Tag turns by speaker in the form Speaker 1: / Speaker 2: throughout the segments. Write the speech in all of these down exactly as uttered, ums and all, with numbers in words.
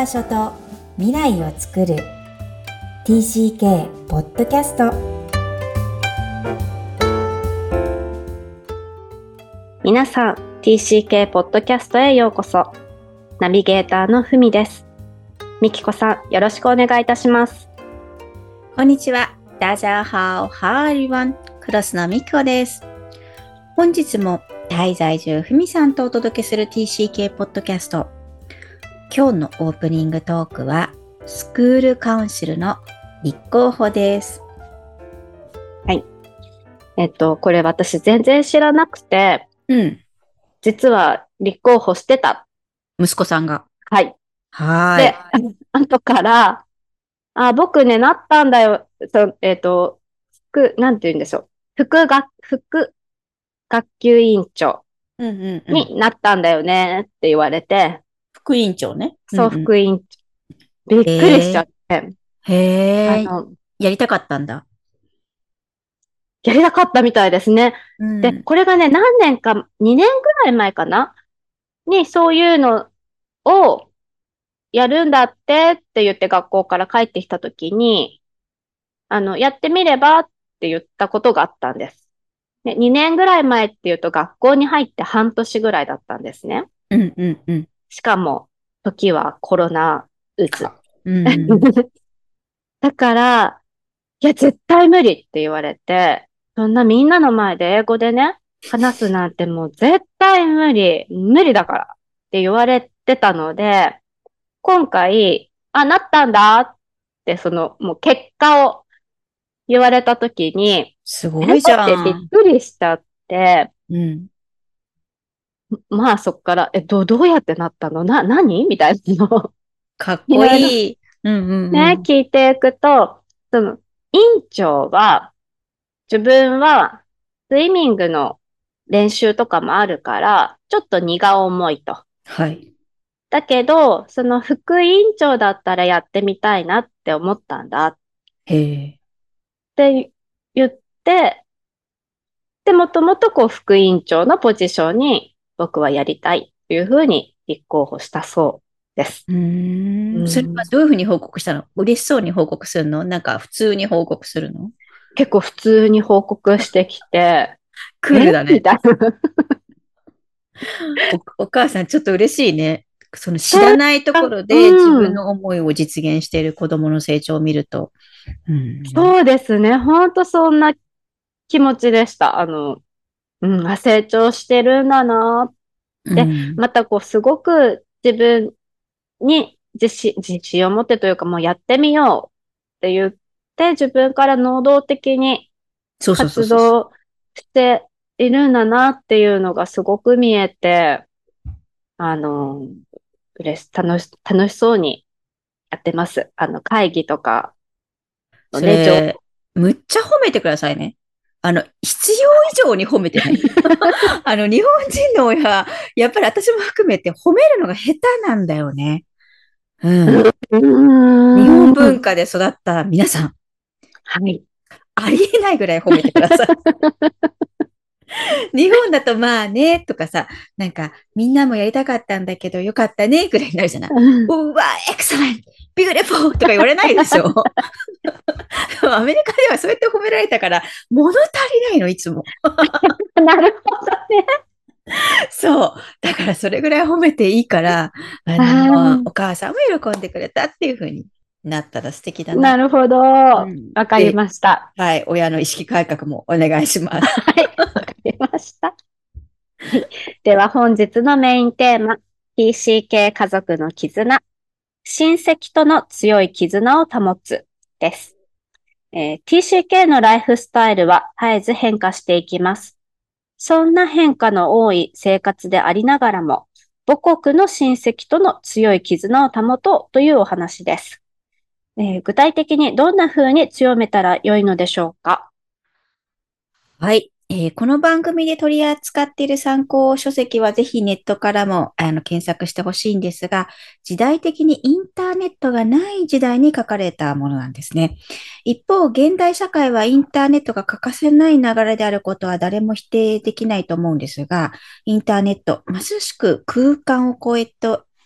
Speaker 1: 場所と未来をつくる ティーシーケー ポッドキャスト。
Speaker 2: 皆さん ティーシーケー ポッドキャストへようこそ。ナビゲーターのふみです。みきこさん、よろしくお願いいたします。
Speaker 3: こんにちは。ダジャーハオハーリワン、クロスのみきこです。本日もタイ在住ふみさんとお届けする ティーシーケー ポッドキャスト。今日のオープニングトークはスクールカウンシルの立候補です。
Speaker 2: はい。えっと、これ私全然知らなくて、
Speaker 3: うん。
Speaker 2: 実は立候補してた。
Speaker 3: 息子さんが。
Speaker 2: はい。
Speaker 3: は
Speaker 2: で、後から、あ、僕ね、なったんだよ。そえっと、副、なんて言うんでしょう。副学、副学級委員長
Speaker 3: うんうんうん。
Speaker 2: になったんだよねって言われて、
Speaker 3: 副委員長ね。
Speaker 2: そう、
Speaker 3: うんうん、
Speaker 2: 副委員長。びっくりしちゃって。
Speaker 3: へえ。
Speaker 2: あの、
Speaker 3: やりたかったんだ。
Speaker 2: やりたかったみたいですね。
Speaker 3: うん、
Speaker 2: で、これがね、何年か、にねんぐらい前かなに、そういうのをやるんだってって言って学校から帰ってきたときに、あの、やってみればって言ったことがあったんです。で、にねんぐらい前って言うと学校に入って半年ぐらいだったんですね。
Speaker 3: うんうんうん。
Speaker 2: しかも、時はコロナうつ。
Speaker 3: うん、
Speaker 2: だから、いや、絶対無理って言われて、そんなみんなの前で英語でね、話すなんてもう絶対無理、無理だからって言われてたので、今回、あ、なったんだって、その、もう結果を言われたときに、
Speaker 3: すごいじ
Speaker 2: えってびっ
Speaker 3: ゃん。
Speaker 2: くりしちゃって、
Speaker 3: うん。
Speaker 2: まあそっから、え、ど、どうやってなったのな、何みたいなのを
Speaker 3: かっこ
Speaker 2: いろいろ
Speaker 3: いい。うんうんう
Speaker 2: ね、
Speaker 3: ん。
Speaker 2: 聞いていくと、その、院長は、自分は、スイミングの練習とかもあるから、ちょっと荷が重いと。
Speaker 3: はい。
Speaker 2: だけど、その副委員長だったらやってみたいなって思ったんだっ
Speaker 3: へえ。
Speaker 2: て言って、で、もともとこう副委員長のポジションに僕はやりたいっていうふうに立候補したそうです。
Speaker 3: うーん。それ
Speaker 2: うん、
Speaker 3: はどういうふうに報告したの？嬉しそうに報告するの？なんか普通に報告するの？
Speaker 2: 結構普通に報告してきて、え
Speaker 3: クールだね。
Speaker 2: みたいな。
Speaker 3: お、お母さんちょっと嬉しいね。その知ら
Speaker 2: そう
Speaker 3: ないとこ
Speaker 2: か、
Speaker 3: ろで自
Speaker 2: うん。
Speaker 3: 分の思いを実現している子供の成長を見ると。うん。
Speaker 2: そうですね。ほんとそんな気持ちでした。あの、うん、あ、成長してるんだなって、
Speaker 3: うん。
Speaker 2: またこう、すごく自分に自信、自信を持ってというか、もうやってみようって言って、自分から能動的に
Speaker 3: そうそうそうそうそ
Speaker 2: 活動しているんだなっていうのがすごく見えて、あの、嬉し、楽し、楽しそうにやってます。あの、会議とか
Speaker 3: う。そ
Speaker 2: のね、情
Speaker 3: れ、むっちゃ褒めてくださいね。あの、必要以上に褒めてね。あの、日本人の親、やっぱり私も含めて褒めるのが下手なんだよね。うん。
Speaker 2: う
Speaker 3: 日本
Speaker 2: ーん。
Speaker 3: 文化で育った皆さん、
Speaker 2: はい。
Speaker 3: ありえないぐらい褒めてください。日本だとまあね、とかさ、なんかみんなもやりたかったんだけどよかったね、ぐらいになるじゃない。うわ、エクセレント、ビューティフォーとか言われないでしょ。アメリカではそうやって褒められたから、物足りないの、いつも。
Speaker 2: なるほどね。
Speaker 3: そう。だからそれぐらい褒めていいから、あの、お母さんも喜んでくれたっていう風になったら素敵だな。
Speaker 2: なるほど。わ
Speaker 3: うん。で、
Speaker 2: かりました。
Speaker 3: はい、親の意識改革もお願いします。
Speaker 2: はい。わかりました。はい。では本日のメインテーマ、ティーシーケー 家族の絆、親戚との強い絆を保つです。えー ティーシーケー のライフスタイルは絶えず変化していきます。そんな変化の多い生活でありながらも、母国の親戚との強い絆を保とうというお話です。えー具体的にどんな風に強めたら良いのでしょうか？
Speaker 3: はい。えーこの番組で取り扱っている参考書籍はぜひネットからもあの検索してほしいんですが、時代的にインターネットがない時代に書かれたものなんですね。一方、現代社会はインターネットが欠かせない流れであることは誰も否定できないと思うんですが、インターネット、まさしく空間を超えと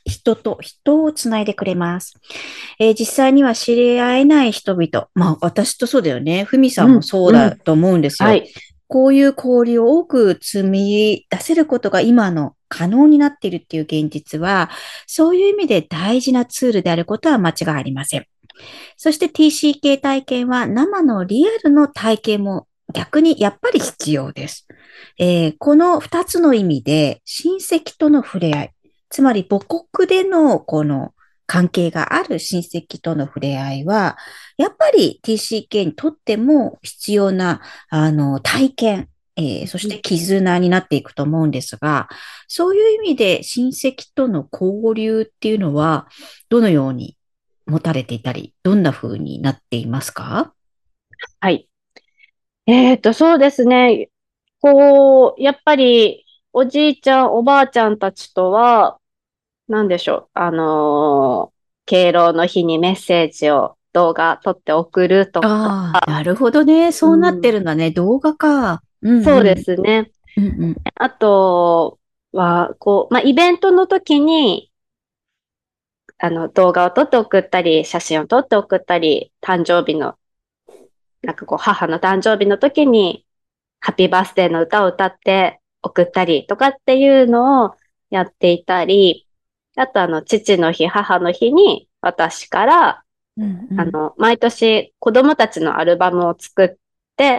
Speaker 3: 人と人をつないでくれます。えー実際には知り合えない人々。まあ、私とそうだよね。ふみさんも
Speaker 2: うん、
Speaker 3: そう
Speaker 2: うん。
Speaker 3: だと思うんですよ。
Speaker 2: はい。
Speaker 3: こういう交流を多く積み出せることが今の可能になっているっていう現実は、そういう意味で大事なツールであることは間違いありません。そして ティーシーケー 体験は生のリアルの体験も逆にやっぱり必要です。えーこの二つの意味で親戚との触れ合い、つまり母国でのこの関係がある親戚との触れ合いは、やっぱり ティーシーケー にとっても必要なあの体験、えーそして絆になっていくと思うんですが、そういう意味で親戚との交流っていうのは、どのように持たれていたり、どんな風になっていますか？
Speaker 2: はい。えっと、そうですね。こう、やっぱり、おじいちゃん、おばあちゃんたちとは、なんでしょう。あのー敬老の日にメッセージを動画撮って送るとか、
Speaker 3: ああ、なるほどね。
Speaker 2: う
Speaker 3: そうなって
Speaker 2: ん、
Speaker 3: るんだね。動画か。うん
Speaker 2: そうで
Speaker 3: うん。
Speaker 2: すね。
Speaker 3: うんうん。
Speaker 2: あとは、こう、まあ、イベントの時に、あの、動画を撮って送ったり、写真を撮って送ったり、誕生日の、なんかこう、母の誕生日の時に、ハッピーバースデーの歌を歌って送ったりとかっていうのをやっていたり、あとあの、父の日、母の日に私から、
Speaker 3: うんうん。
Speaker 2: あの、毎年子供たちのアルバムを作って、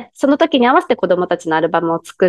Speaker 2: その時に合わせて子供たちのアルバムを作って、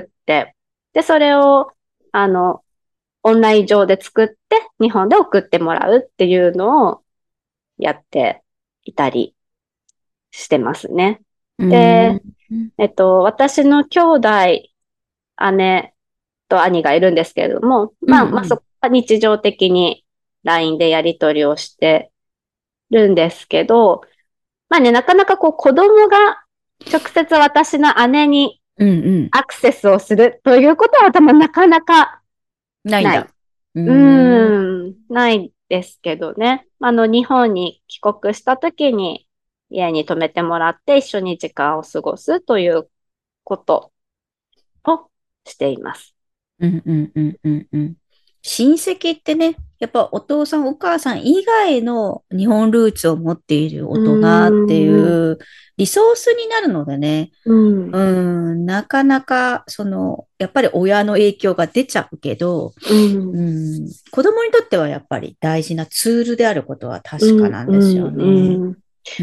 Speaker 2: で、それを、あの、オンライン上で作って、日本で送ってもらうっていうのをやっていたりしてますね。
Speaker 3: うー
Speaker 2: で、
Speaker 3: ん。
Speaker 2: えっと、私の兄弟、姉と兄がいるんですけれども、まあ、まあ、
Speaker 3: うんうん。
Speaker 2: そこは日常的に ライン でやり取りをしてるんですけど、まあね、なかなかこう子供が直接私の姉に
Speaker 3: うんうん。
Speaker 2: アクセスをするということは多分なかなか
Speaker 3: ないんだ。
Speaker 2: ない。
Speaker 3: う
Speaker 2: う
Speaker 3: ーん。
Speaker 2: ーん、ないですけどね。あの、日本に帰国した時に家に泊めてもらって一緒に時間を過ごすということをしています。
Speaker 3: うんうんうんうんうん。親戚ってね、やっぱお父さんお母さん以外の日本ルーツを持っている
Speaker 2: う
Speaker 3: 大人ってい
Speaker 2: ーん、
Speaker 3: うリソースになるのでね、
Speaker 2: うん、
Speaker 3: うん、なかなか、その、やっぱり親の影響が出ちゃうけど、
Speaker 2: うん、
Speaker 3: うん、子供にとってはやっぱり大事なツールであることは確か
Speaker 2: うん、
Speaker 3: なんですよね。
Speaker 2: うん、うん。
Speaker 3: うん。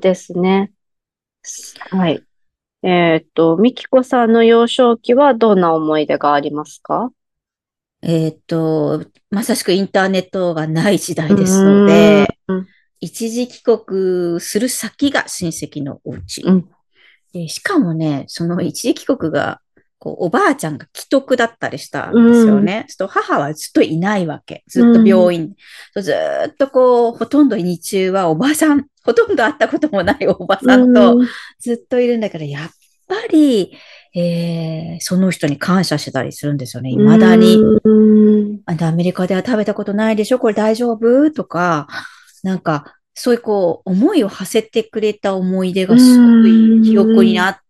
Speaker 2: そうですね。はい。えーっと、みきこさんの幼少期はどんな思い出がありますか？
Speaker 3: えーっと、まさしくインターネットがない時
Speaker 2: う
Speaker 3: 代ですの
Speaker 2: ーん、
Speaker 3: で、一時帰国する先が親戚のお家。
Speaker 2: うん、
Speaker 3: で、しかもね、その一時帰国が、こう、おばあちゃんが既得だったりした
Speaker 2: う
Speaker 3: んですよ
Speaker 2: ん、
Speaker 3: ね。そうすると母はずっといないわけ。ず
Speaker 2: う
Speaker 3: っと
Speaker 2: ん、
Speaker 3: 病院。そうずーっとこう、ほとんど日中はおばさん、ほとんど会ったこともないおば
Speaker 2: う
Speaker 3: さんと
Speaker 2: ん、
Speaker 3: ずっといるんだけど、やっぱり、えーその人に感謝してたりするんですよね。
Speaker 2: う
Speaker 3: 未だに。
Speaker 2: ん、
Speaker 3: あんたアメリカでは食べたことないでしょこれ大丈夫とか、なんか、そういうこう、思いを馳せてくれた思い出
Speaker 2: う
Speaker 3: がすごい記憶に
Speaker 2: ん、
Speaker 3: あって、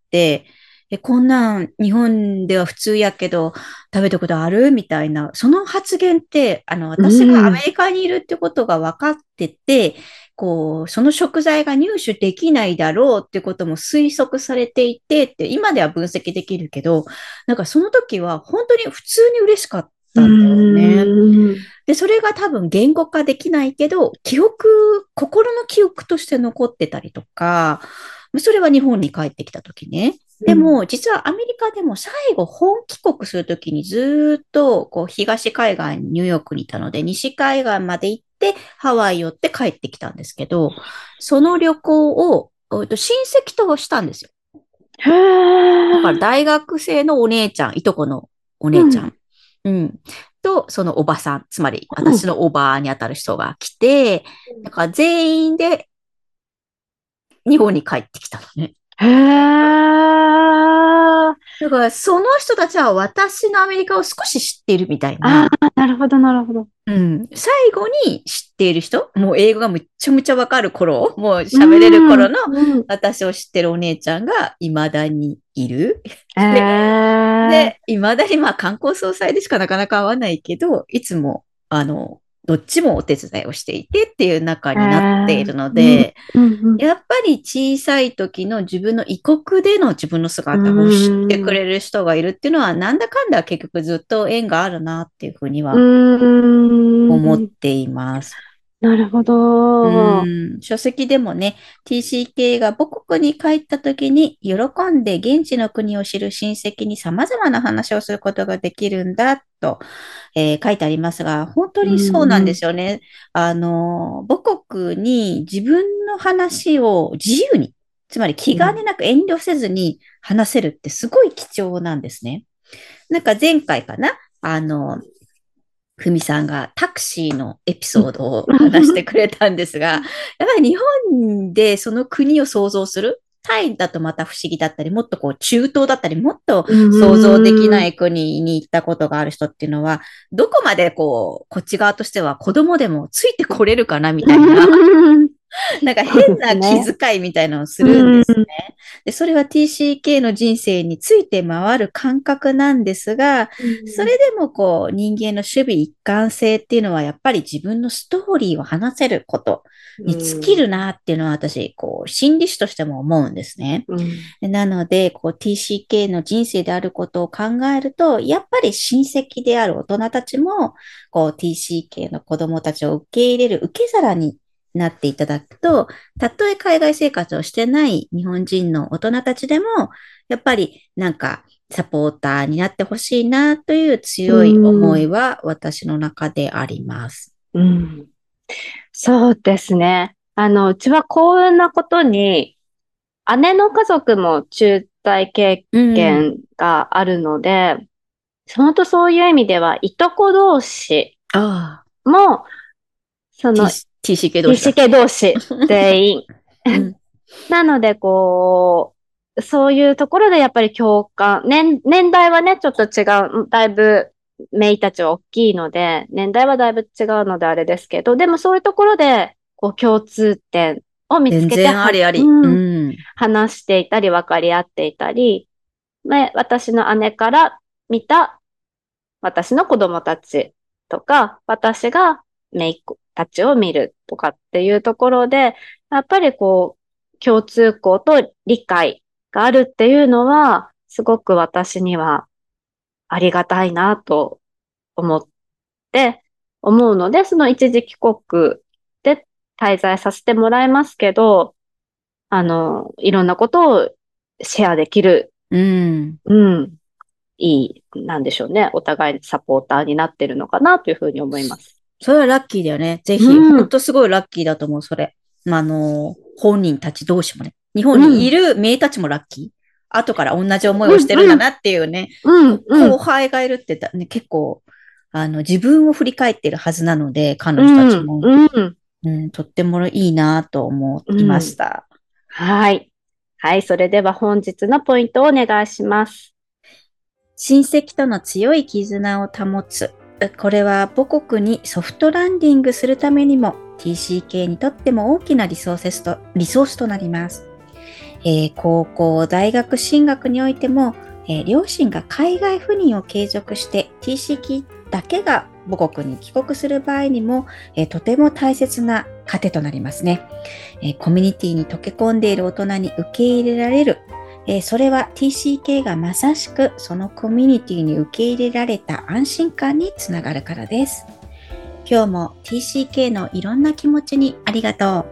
Speaker 3: え、こんなん日本では普通やけど食べたことあるみたいな、その発言って、あの、
Speaker 2: う
Speaker 3: 私がアメ
Speaker 2: ん、
Speaker 3: リカにいるってことが分かってて、こう、その食材が入手できないだろうってことも推測されていてって、今では分析できるけど、なんかその時は本当に普通に嬉しかったんだよね。で、それが多分言語化できないけど、記憶、心の記憶として残ってたりとか、それは日本に帰ってきた時ね。でも、実はアメリカでも最後本帰国するときにずっとこう東海岸ニューヨークにいたので、西海岸まで行ってハワイ寄って帰ってきたんですけど、その旅行を親戚としたんですよ。
Speaker 2: へ
Speaker 3: だから
Speaker 2: え、
Speaker 3: 大学生のお姉ちゃん、いとこのお
Speaker 2: うん、
Speaker 3: 姉ちゃん。うん。と、そのおばさん、つまり
Speaker 2: うん、
Speaker 3: 私のおばあにあたる人が来て、だから全員で日本に帰ってきたのね。
Speaker 2: へえ、
Speaker 3: だからその人たちは私のアメリカを少し知っているみたいな。
Speaker 2: ああ、なるほど、なるほど。
Speaker 3: うん。最後に知っている人、もう英語がむっちゃむちゃわかる頃、もう
Speaker 2: う
Speaker 3: 喋れる頃
Speaker 2: ん、
Speaker 3: の
Speaker 2: うん、
Speaker 3: 私を知ってるお姉ちゃんが未だにいる。
Speaker 2: え
Speaker 3: で、
Speaker 2: え、
Speaker 3: で、未だにまあ観光総裁でしかなかなか会わないけど、いつも、あの、 どっちもお手伝いをしていてっていう中になっているので、
Speaker 2: うんうんうん、
Speaker 3: やっぱり小さい時の自分の異国での自分の姿を知ってくれる人がいるっていうのは、なんだかんだ結局ずっと縁があるなっていうふうには思っています。
Speaker 2: なるほど。
Speaker 3: うん、書籍でもね、ティーシーケー が母国に帰った時に喜んで現地の国を知る親戚に様々な話をすることができるんだと、えー書いてありますが、本当にそうなんですよね。あの、母国に自分の話を自由に、つまり気兼ねなく遠慮せずに話せるってすごい貴重なんですね。なんか前回かな、あの、ふみさんがタクシーのエピソードを話してくれたんですが、やっぱり日本でその国を想像する、タイだとまた不思議だったり、もっとこう中東だったり、もっと想像できない国に行ったことがある人っていうのは、どこまでこう、こっち側としては子供でもついてこれるかなみたいな。なんか変な気遣いみたいなのをするんですね。で、それは ティーシーケー の人生について回る感覚なんですが、それでもこう人間の守備一貫性っていうのはやっぱり自分のストーリーを話せることに尽きるなっていうのは私、こう心理師としても思うんですね。なので、こう ティーシーケー の人生であることを考えると、やっぱり親戚である大人たちも、こう ティーシーケー の子供たちを受け入れる受け皿になっていただくと、たとえ海外生活をしてない日本人の大人たちでも、やっぱりなんかサポーターになってほしいなという強い思いは私の中であります。
Speaker 2: うん、そうですね。あの、うちは幸運なことに、姉の家族も中退経験があるので、うん、本当そういう意味では、いとこ同士も、その、
Speaker 3: ティーシーケー 同士。
Speaker 2: ティーシーケー 同士、全員。うん、なので、こう、そういうところでやっぱり共感、年、年代はね、ちょっと違う、だいぶ、メイたちは大きいので、年代はだいぶ違うのであれですけど、でもそういうところで、こう、共通点を見つけて、
Speaker 3: 全然ありあり、
Speaker 2: うんうん、話していたり、分かり合っていたり、ね、私の姉から見た、私の子供たちとか、私がメイたちを見るとかっていうところで、やっぱりこう、共通項と理解があるっていうのは、すごく私にはありがたいなと思って、思うので、その一時帰国で滞在させてもらいますけど、あの、いろんなことをシェアできる。
Speaker 3: うん。
Speaker 2: うん。いい、なんでしょうね。お互いサポーターになってるのかなというふうに思います。
Speaker 3: それはラッキーだよね。ぜひ、うん、ほんとすごいラッキーだと思う、それ。まあ、あの、本人たち同士もね。日本にいる名たちもラッキー。うん、後から同じ思いをしてるんだなっていうね。
Speaker 2: うんうん、
Speaker 3: 後輩がいるってた、ね、結構、あの、自分を振り返ってるはずなので、彼女たちも。うんうんうん、とってもいいなと思いました、
Speaker 2: うん。はい。はい。それでは本日のポイントをお願いします。
Speaker 3: 親戚との強い絆を保つ。これは母国にソフトランディングするためにも ティーシーケー にとっても大きなリソースと、リソースとなります。えー、高校、大学進学においても、えー、両親が海外赴任を継続して ティーシーケー だけが母国に帰国する場合にも、えー、とても大切な糧となりますね、えー。コミュニティに溶け込んでいる大人に受け入れられる。えー、それは ティーシーケー がまさしくそのコミュニティに受け入れられた安心感につながるからです。今日も ティーシーケー のいろんな気持ちにありがとう。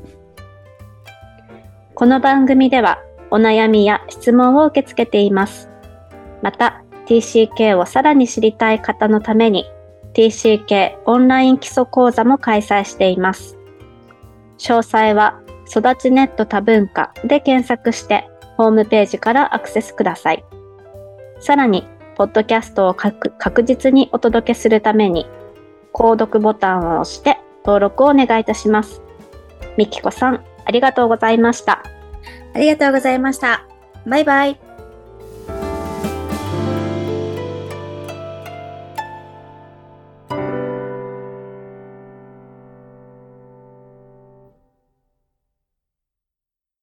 Speaker 2: この番組ではお悩みや質問を受け付けています。また ティーシーケー をさらに知りたい方のために ティーシーケー オンライン基礎講座も開催しています。詳細は育ちネット多文化で検索してホームページからアクセスください。さらに、ポッドキャストを確実にお届けするために、購読ボタンを押して登録をお願いいたします。みきこさん、ありがとうございました。
Speaker 3: ありがとうございました。バイバイ。